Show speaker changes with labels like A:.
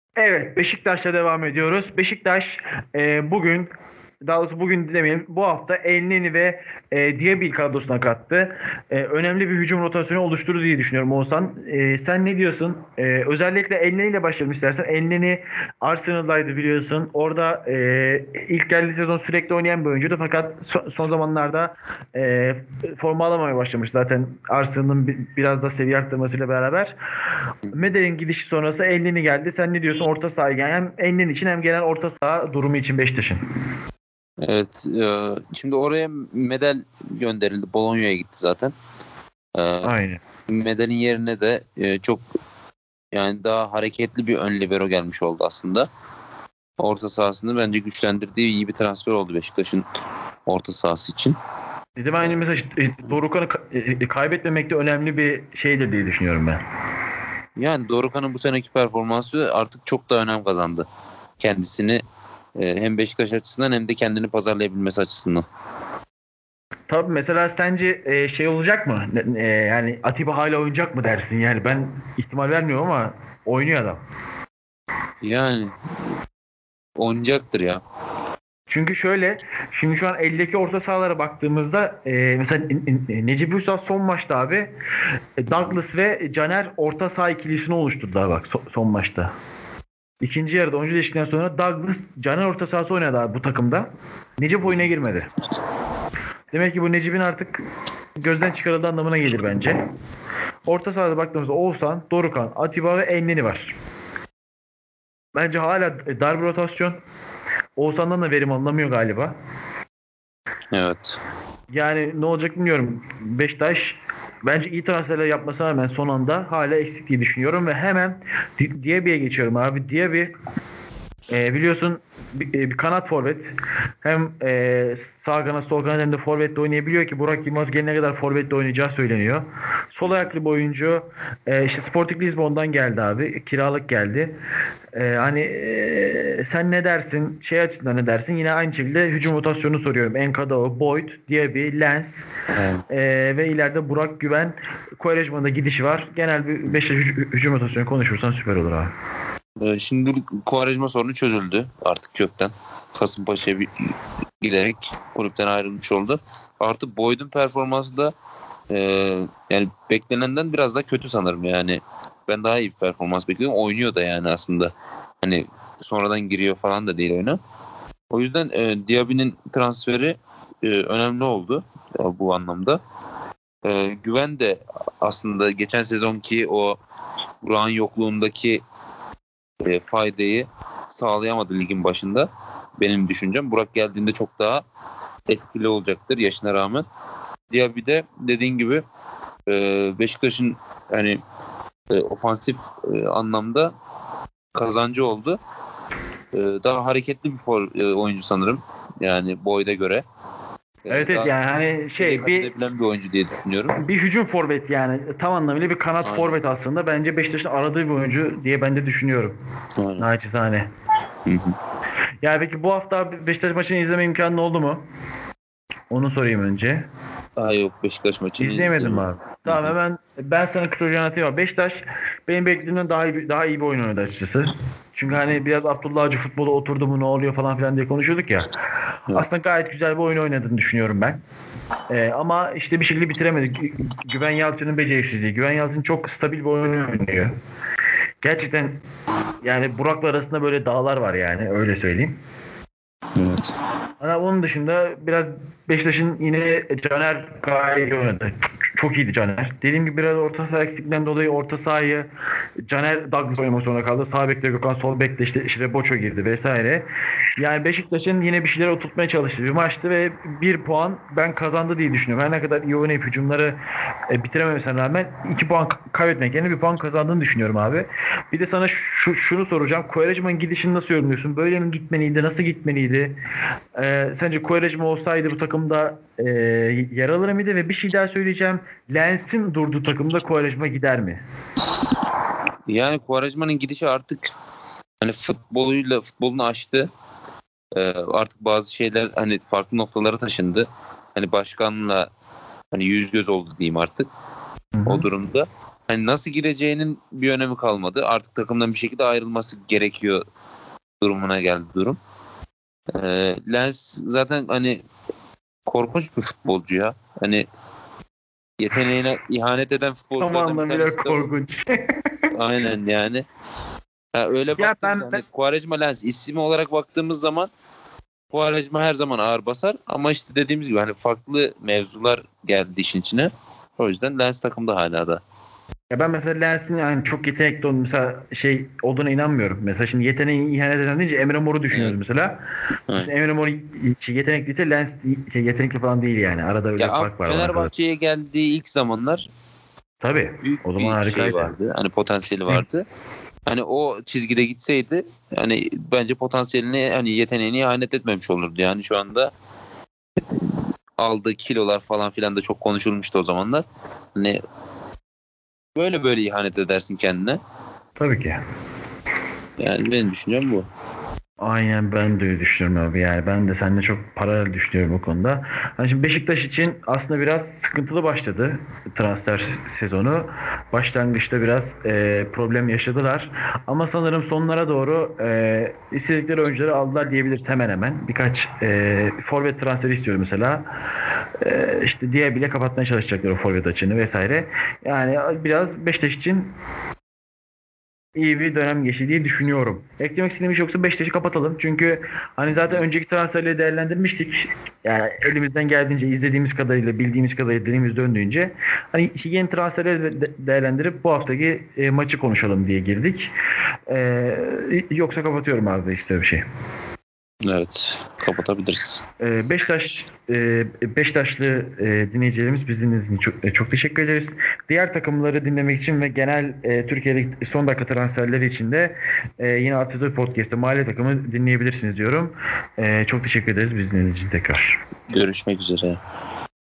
A: Evet, Beşiktaş'la devam ediyoruz. Beşiktaş bugün, daha doğrusu bugün demeyelim, bu hafta Elneny ve Diaby kadrosuna kattı. Önemli bir hücum rotasyonu oluşturdu diye düşünüyorum Oğuzhan. Sen ne diyorsun? Özellikle Elneny ile başlayalım istersen. Elneny Arsenal'daydı biliyorsun. Orada ilk geldiği sezon sürekli oynayan bir oyuncuydu fakat son zamanlarda e, forma alamaya başlamış zaten Arsenal'ın biraz da seviye arttırmasıyla beraber. Meder'in gidişi sonrası Elneny geldi. Sen ne diyorsun orta saha? Yani hem Elneny için hem genel orta saha durumu için Beşiktaş'ın.
B: Evet, şimdi oraya Medel gönderildi. Bologna'ya gitti zaten. E,
A: Aynen.
B: Medel'in yerine de çok yani daha hareketli bir ön libero gelmiş oldu aslında. Orta sahasını bence güçlendirdiği iyi bir transfer oldu Beşiktaş'ın orta sahası için.
A: Dedim aynı mesela Dorukhan'ı kaybetmemek de önemli bir şeydir diye düşünüyorum ben.
B: Yani Dorukhan'ın bu seneki performansı artık çok daha önem kazandı. Kendisini hem Beşiktaş açısından hem de kendini pazarlayabilmesi açısından.
A: Tabii mesela sence şey olacak mı? Yani Atiba hala oynayacak mı dersin? Yani ben ihtimal vermiyorum ama oynuyor adam.
B: Yani oynayacaktır ya.
A: Çünkü şöyle, şimdi şu an eldeki orta sahalara baktığımızda mesela Necip Uysal son maçta abi Douglas ve Caner orta saha ikilisini oluşturdular bak son maçta. İkinci yarıda oyuncu değişikliğinden sonra Douglas Caner orta sahası oynadı abi bu takımda. Necip oyuna girmedi. Demek ki bu Necip'in artık gözden çıkarıldığı anlamına gelir bence. Orta sahada baktığımızda Oğuzhan, Dorukhan, Atiba ve Elneny var. Bence hala dar bir rotasyon. Oğuzhan'dan da verim alınamıyor galiba.
B: Evet.
A: Yani ne olacak bilmiyorum. Beşiktaş bence iyi transferler yapmasına rağmen son anda hala eksik diye düşünüyorum ve hemen Diaby'ye geçiyorum abi. Diaby biliyorsun bir kanat forvet. Hem sağ kanat sol kanat hem de forvetle oynayabiliyor ki Burak Yılmaz gelene kadar forvetle oynayacağı söyleniyor. Sol ayaklı bir oyuncu. İşte Sporting Lisbon'dan geldi abi. Kiralık geldi. Sen ne dersin? Şey açısından ne dersin? Yine aynı şekilde hücum rotasyonu soruyorum. Enkadao, Boyd, Diaby, Lens
B: Evet.
A: ve ileride Burak Güven. Quaresma'da gidişi var. Genel bir Beşiktaş hücum rotasyonu konuşursan süper olur abi.
B: Şimdi Quaresma sorunu çözüldü artık kökten. Kasımpaşa'ya giderek kulüpten ayrılmış oldu. Artık Boyd'un performansı da e, yani beklenenden biraz daha kötü sanırım yani. Ben daha iyi bir performans bekliyorum. Oynuyor da yani aslında. Hani sonradan giriyor falan da değil oyuna. O yüzden Diaby'nin transferi önemli oldu bu anlamda. Güven de aslında geçen sezonki o Burak'ın yokluğundaki faydayı sağlayamadı ligin başında. Benim düşüncem. Burak geldiğinde çok daha etkili olacaktır yaşına rağmen. Diaby de dediğin gibi Beşiktaş'ın hani ofansif anlamda kazancı oldu. Daha hareketli bir oyuncu sanırım. Yani boyda göre.
A: Evet
B: Daha
A: yani hani
B: kat edebilen bir oyuncu diye düşünüyorum.
A: bir hücum forvet yani tam anlamıyla bir kanat
B: Aynen.
A: forvet aslında. Bence Beşiktaş'ın aradığı bir oyuncu diye ben de düşünüyorum.
B: Aynen.
A: Naçizane.
B: Hı hı.
A: Yani peki bu hafta Beşiktaş maçını izleme imkanı oldu mu? Onu sorayım önce.
B: Yok, Beşiktaş maçını
A: İzleyemedim mi
B: izlemedim.
A: abi?
B: Hı
A: Tamam
B: hı.
A: hemen ben sana kısaca anlatayım. Beşiktaş benim beklediğimden daha iyi bir oyun oynadı açıkçası. Çünkü hani biraz Abdullah Avcı futbola oturdu mu ne oluyor falan filan diye konuşuyorduk ya.
B: Evet.
A: Aslında gayet güzel bir oyun oynadığını düşünüyorum ben. Ama işte bir şekilde bitiremedik. Güven Yalçın'ın beceriksizliği. Güven Yalçın çok stabil bir oyun oynuyor. Gerçekten yani Burak'la arasında böyle dağlar var yani öyle söyleyeyim.
B: Evet.
A: Ama onun dışında biraz Beşiktaş'ın yine Caner gayet iyi oynadı. Çok iyiydi Caner. Dediğim gibi biraz orta saha eksikliğinden dolayı orta sahayı Caner Douglas oynamak zorunda kaldı. Sağ bekte Gökhan, sol bekte işte Boço girdi vesaire. Yani Beşiktaş'ın yine bir şeyler oturtmaya çalıştığı bir maçtı ve bir puan ben kazandı diye düşünüyorum. Her ne kadar iyi oynayıp hücumları bitirememesine rağmen 2 puan kaybetmek yerine bir puan kazandığını düşünüyorum abi. Bir de sana şunu soracağım. Quaresma'nın gidişini nasıl yorumluyorsun? Böyle mi gitmeliydi? Nasıl gitmeliydi? Sence Quaresma olsaydı bu takımda yer alır mıydı? Ve bir şey daha söyleyeceğim. Lens'in durduğu takımda Quaresma gider mi?
B: Yani Quaresma'nın gidişi artık hani futbolunu aştı. Artık bazı şeyler hani farklı noktalara taşındı. Hani başkanla hani yüz göz oldu diyeyim artık
A: Hı
B: o
A: hı.
B: durumda. hani nasıl gireceğinin bir önemi kalmadı. Artık takımdan bir şekilde ayrılması gerekiyor durumuna geldi durum. Lens zaten hani korkunç bir futbolcu ya. Hani yeteneğine ihanet eden
A: Tam
B: futbolculardan bir
A: anlamıyla
B: tanesi de o.
A: korkunç.
B: Aynen yani. Ha, öyle
A: Ya
B: baktığımız hani Quaresma Lens ismi olarak baktığımız zaman Quaresma her zaman ağır basar ama işte dediğimiz gibi hani farklı mevzular geldi işin içine. O yüzden Lens takımda hala da.
A: Ya ben mesela Lens'in yani çok yetenekli olduğunu mesela şey olduğuna inanmıyorum. Mesela şimdi yeteneği ihanet eden deyince Emre Mor'u düşünüyoruz
B: Evet.
A: mesela.
B: Evet.
A: Şimdi Emre Mor yetenekliyse Lens yetenekli falan değil yani. Arada öyle
B: Ya
A: bir fark var bana kadar.
B: Fenerbahçe'ye geldiği ilk zamanlar
A: Tabii.
B: büyük
A: O zaman
B: bir şey
A: harikaydı.
B: vardı. Hani potansiyeli vardı. Hani o çizgide gitseydi hani bence potansiyelini hani yeteneğini ihanet etmemiş olurdu. Yani şu anda aldığı kilolar falan filan da çok konuşulmuştu o zamanlar. Hani böyle ihanet edersin kendine.
A: Tabii ki.
B: Yani benim düşüncem bu.
A: Aynen ben de öyle düşünüyorum abi. Yani ben de seninle çok paralel düşünüyorum bu konuda. Hani şimdi Beşiktaş için aslında biraz sıkıntılı başladı transfer sezonu. Başlangıçta biraz problem yaşadılar. Ama sanırım sonlara doğru istedikleri oyuncuları aldılar diyebiliriz hemen hemen. Birkaç forvet transferi istiyor mesela. İşte diye bile kapatmaya çalışacaklar o forvet açığını vesaire. Yani biraz Beşiktaş için iyi bir dönem geçti diye düşünüyorum. Eklemek istediğim bir şey yoksa Beşiktaş'ı kapatalım. Çünkü hani zaten önceki transferleri değerlendirmiştik. Yani elimizden geldiğince izlediğimiz kadarıyla, bildiğimiz kadarıyla dilimiz döndüğünce hani yeni transferleri değerlendirip bu haftaki maçı konuşalım diye girdik. Yoksa kapatıyorum abi işte bir şey.
B: Evet. Kapatabiliriz.
A: Beşiktaşlı dinleyicilerimiz biz dinlediğiniz için çok teşekkür ederiz. Diğer takımları dinlemek için ve genel Türkiye'deki son dakika transferleri için de yine Atatürk Podcast'te Mahalle Takımı dinleyebilirsiniz diyorum. Çok teşekkür ederiz biz dinlediğiniz için tekrar.
B: Görüşmek üzere.